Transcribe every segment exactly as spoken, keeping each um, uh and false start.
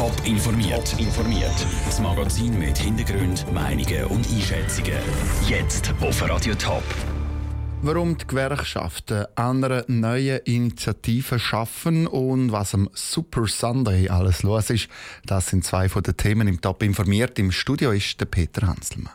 Top informiert. informiert. Das Magazin mit Hintergrund, Meinungen und Einschätzungen. Jetzt auf Radio Top. Warum die Gewerkschaften andere neue Initiativen schaffen und was am Super Sunday alles los ist, das sind zwei von den Themen im Top informiert. Im Studio ist der Peter Hanselmann.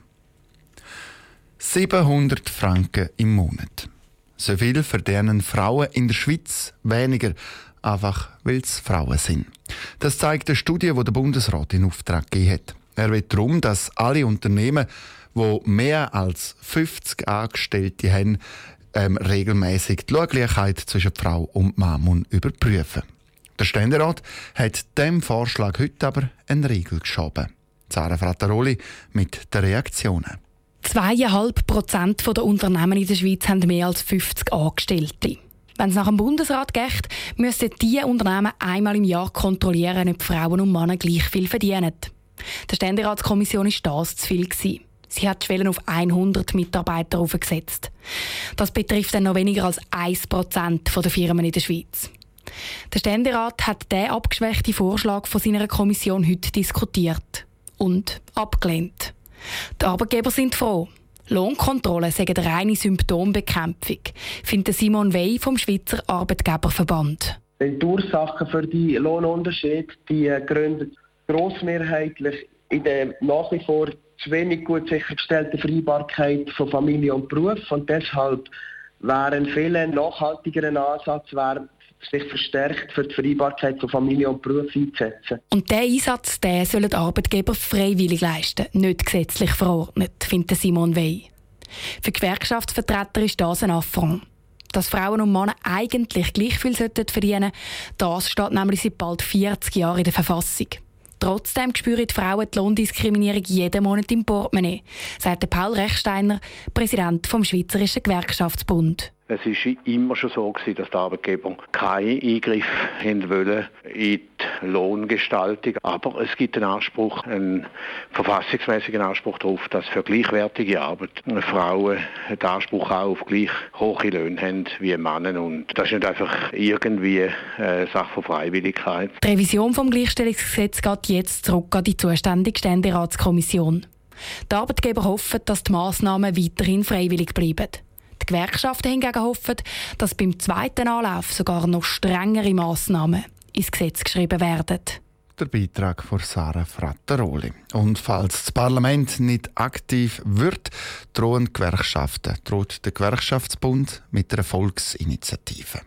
siebenhundert Franken im Monat. So viel verdienen Frauen in der Schweiz weniger, einfach weil es Frauen sind. Das zeigt eine Studie, die der Bundesrat in Auftrag gegeben hat. Er will darum, dass alle Unternehmen, die mehr als fünfzig Angestellte haben, ähm, regelmäßig die Lohngleichheit zwischen Frau und Mann überprüfen. Der Ständerat hat diesem Vorschlag heute aber einen Riegel geschoben. Sarah Frattaroli mit den Reaktionen. Zweieinhalb Prozent der Unternehmen in der Schweiz haben mehr als fünfzig Angestellte. Wenn es nach dem Bundesrat geht, müssten diese Unternehmen einmal im Jahr kontrollieren, ob Frauen und Männer gleich viel verdienen. Der Ständeratskommission war das zu viel. Sie hat die Schwelle auf hundert Mitarbeiter aufgesetzt. Das betrifft dann noch weniger als ein Prozent der Firmen in der Schweiz. Der Ständerat hat diesen abgeschwächten Vorschlag von seiner Kommission heute diskutiert und abgelehnt. Die Arbeitgeber sind froh. Lohnkontrollen seien eine reine Symptombekämpfung, findet Simon Wey vom Schweizer Arbeitgeberverband. Die Ursachen für die Lohnunterschiede die gründen grossmehrheitlich in der nach wie vor zu wenig gut sichergestellten Vereinbarkeit von Familie und Beruf. Und deshalb wäre ein viel nachhaltigerer Ansatz, wäre, sich verstärkt für die Vereinbarkeit von Familie und Beruf einzusetzen. Und diesen Einsatz den sollen die Arbeitgeber freiwillig leisten, nicht gesetzlich verordnet, findet Simon Wey. Für Gewerkschaftsvertreter ist das ein Affront. Dass Frauen und Männer eigentlich gleich viel verdienen sollten, das steht nämlich seit bald vierzig Jahren in der Verfassung. Trotzdem spüren die Frauen die Lohndiskriminierung jeden Monat im Portemonnaie, sagt Paul Rechsteiner, Präsident vom Schweizerischen Gewerkschaftsbund. Es war immer schon so, dass die Arbeitgeber keinen Eingriff haben wollen in die Lohngestaltung. Aber es gibt einen Anspruch, einen verfassungsmäßigen Anspruch darauf, dass für gleichwertige Arbeit Frauen den Anspruch auch auf gleich hohe Löhne haben wie Männer. Und das ist nicht einfach irgendwie eine Sache von Freiwilligkeit. Die Revision des Gleichstellungsgesetzes geht jetzt zurück an die zuständige Ständeratskommission. Die Arbeitgeber hoffen, dass die Massnahmen weiterhin freiwillig bleiben. Die Gewerkschaften hingegen hoffen, dass beim zweiten Anlauf sogar noch strengere Massnahmen ins Gesetz geschrieben werden. Der Beitrag von Sarah Frattaroli. Und falls das Parlament nicht aktiv wird, drohen die Gewerkschaften, droht der Gewerkschaftsbund mit einer Volksinitiative.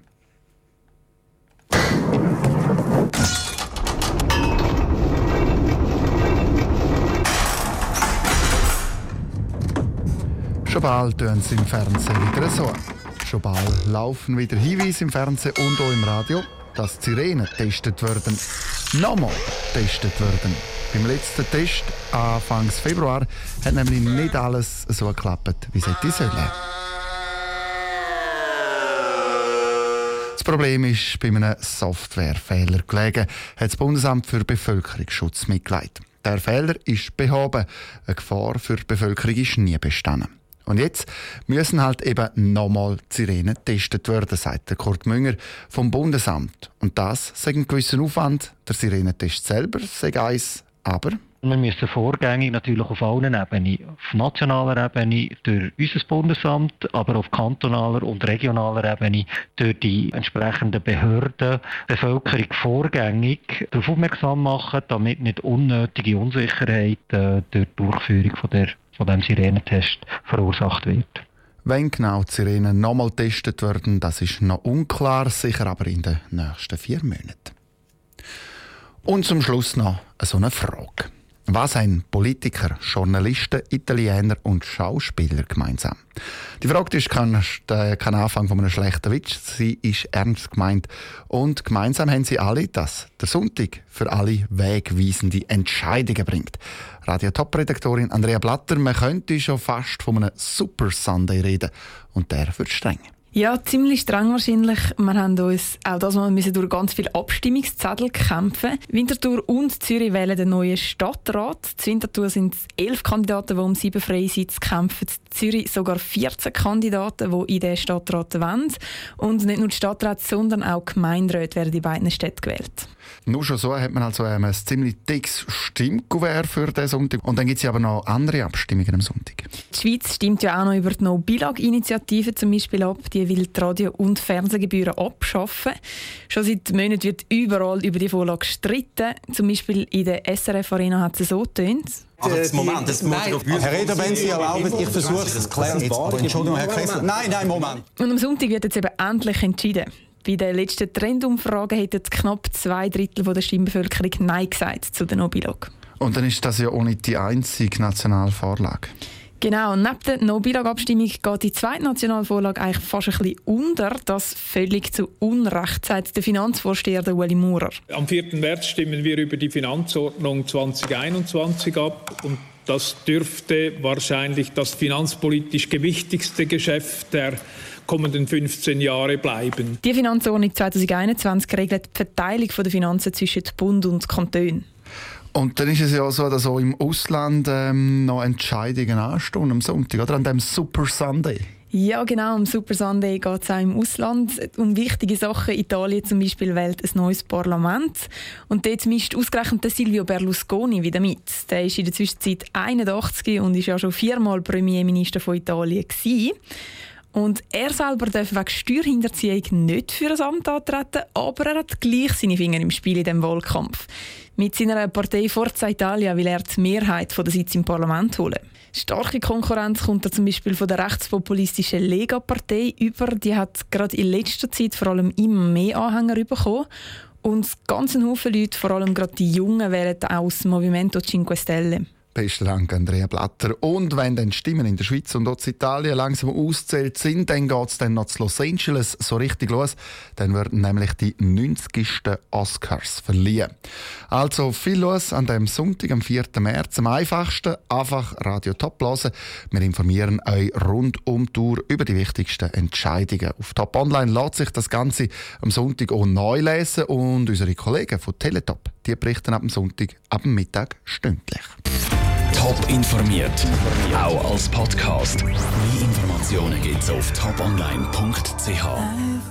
Schon bald tun sie im Fernsehen wieder so. Schon bald laufen wieder Hinweise im Fernsehen und auch im Radio, dass die Sirenen getestet werden. Nochmal getestet werden. Beim letzten Test, Anfang Februar, hat nämlich nicht alles so geklappt, wie es hätte sollen. Das Problem ist bei einem Softwarefehler gelegen, hat das Bundesamt für Bevölkerungsschutz mitgeteilt. Der Fehler ist behoben. Eine Gefahr für die Bevölkerung ist nie bestanden. Und jetzt müssen halt eben nochmal die Sirenen getestet werden, sagt der Kurt Münger vom Bundesamt. Und das sei einen gewissen Aufwand. Der Sirenentest selber sei eins, aber... Wir müssen vorgängig natürlich auf allen Ebenen, auf nationaler Ebene durch unser Bundesamt, aber auf kantonaler und regionaler Ebene durch die entsprechenden Behörden, die Bevölkerung vorgängig darauf aufmerksam machen, damit nicht unnötige Unsicherheit äh, durch die Durchführung von, der, von dem Sirenentest verursacht wird. Wenn genau die Sirenen nochmal getestet werden, das ist noch unklar, sicher aber in den nächsten vier Monaten. Und zum Schluss noch so eine Frage. Was haben Politiker, Journalisten, Italiener und Schauspieler gemeinsam? Die Frage ist kein, kein Anfang von einem schlechten Witz, sie ist ernst gemeint. Und gemeinsam haben sie alle, dass der Sonntag für alle wegweisende Entscheidungen bringt. Radio-Top-Redaktorin Andrea Blatter, man könnte schon fast von einem Super Sunday reden. Und der wird streng. Ja, ziemlich streng wahrscheinlich. Wir haben uns auch das Mal müssen durch ganz viele Abstimmungszettel kämpfen. Winterthur und Zürich wählen den neuen Stadtrat. In Winterthur sind es elf Kandidaten, die um sieben freie Sitze kämpfen. In Zürich sogar vierzehn Kandidaten, die in den Stadtrat wollen. Und nicht nur die Stadträte, sondern auch die Gemeinderäte werden in beiden Städten gewählt. Nur schon so hat man also ähm, ein ziemlich dickes Stimmkuvert für diesen Sonntag. Und dann gibt es aber noch andere Abstimmungen am Sonntag. Die Schweiz stimmt ja auch noch über die No-Billag-Initiative zum Beispiel ab. Die will die Radio- und Fernsehgebühren abschaffen. Schon seit Monaten wird überall über die Vorlage gestritten. Zum Beispiel in der S R F-Arena hat es so getönt. Also jetzt, Moment, das muss ich Herr Reder, wenn Sie erlauben, ich versuche es klären. Entschuldigung, Herr Kessler. Nein, nein, Moment. Und am Sonntag wird jetzt eben endlich entschieden. Bei der letzten Trendumfrage hätten knapp zwei Drittel der Stimmbevölkerung Nein gesagt zu der No-Billag. Und dann ist das ja auch nicht die einzige Nationalvorlage. Genau, neben der No-Billag-Abstimmung geht die zweite Nationalvorlage eigentlich fast ein bisschen unter. Das völlig zu Unrecht, sagt der Finanzvorsteher Ueli Maurer. Am vierten März stimmen wir über die Finanzordnung zwanzig einundzwanzig ab. Und das dürfte wahrscheinlich das finanzpolitisch gewichtigste Geschäft der kommenden fünfzehn Jahre bleiben. Die Finanzordnung zwanzig einundzwanzig regelt die Verteilung der Finanzen zwischen Bund und Kanton. Und dann ist es ja auch so, dass auch im Ausland ähm, noch Entscheidungen anstehen am Sonntag, oder an dem Super Sunday. Ja, genau. Am Super Sunday geht es auch im Ausland um wichtige Sachen. Italien zum Beispiel wählt ein neues Parlament. Und dort mischt ausgerechnet der Silvio Berlusconi wieder mit. Der ist in der Zwischenzeit einundachtzig und ist ja schon viermal Premierminister von Italien gewesen. Und er selber darf wegen Steuerhinterziehung nicht für ein Amt antreten, aber er hat gleich seine Finger im Spiel in diesem Wahlkampf. Mit seiner Partei Forza Italia will er die Mehrheit der Sitze im Parlament holen. Starke Konkurrenz kommt er zum Beispiel von der rechtspopulistischen Lega-Partei über. Die hat gerade in letzter Zeit vor allem immer mehr Anhänger bekommen. Und ganz ein Haufen Leute, vor allem gerade die Jungen, wählen aus dem Movimento Cinque Stelle. Besten Dank, Andrea Blatter. Und wenn dann Stimmen in der Schweiz und auch in Italien langsam auszählt sind, dann geht es dann noch zu Los Angeles so richtig los. Dann werden nämlich die neunzigsten Oscars verliehen. Also viel los an dem Sonntag, am vierten März. Am einfachsten einfach Radio Top hören. Wir informieren euch rund um die Tour über die wichtigsten Entscheidungen. Auf Top Online lässt sich das Ganze am Sonntag auch neu lesen. Und unsere Kollegen von Teletop, die berichten ab dem Sonntag, ab dem Mittag stündlich. Top informiert, auch als Podcast. Mehr Informationen gibt's auf top online punkt c h.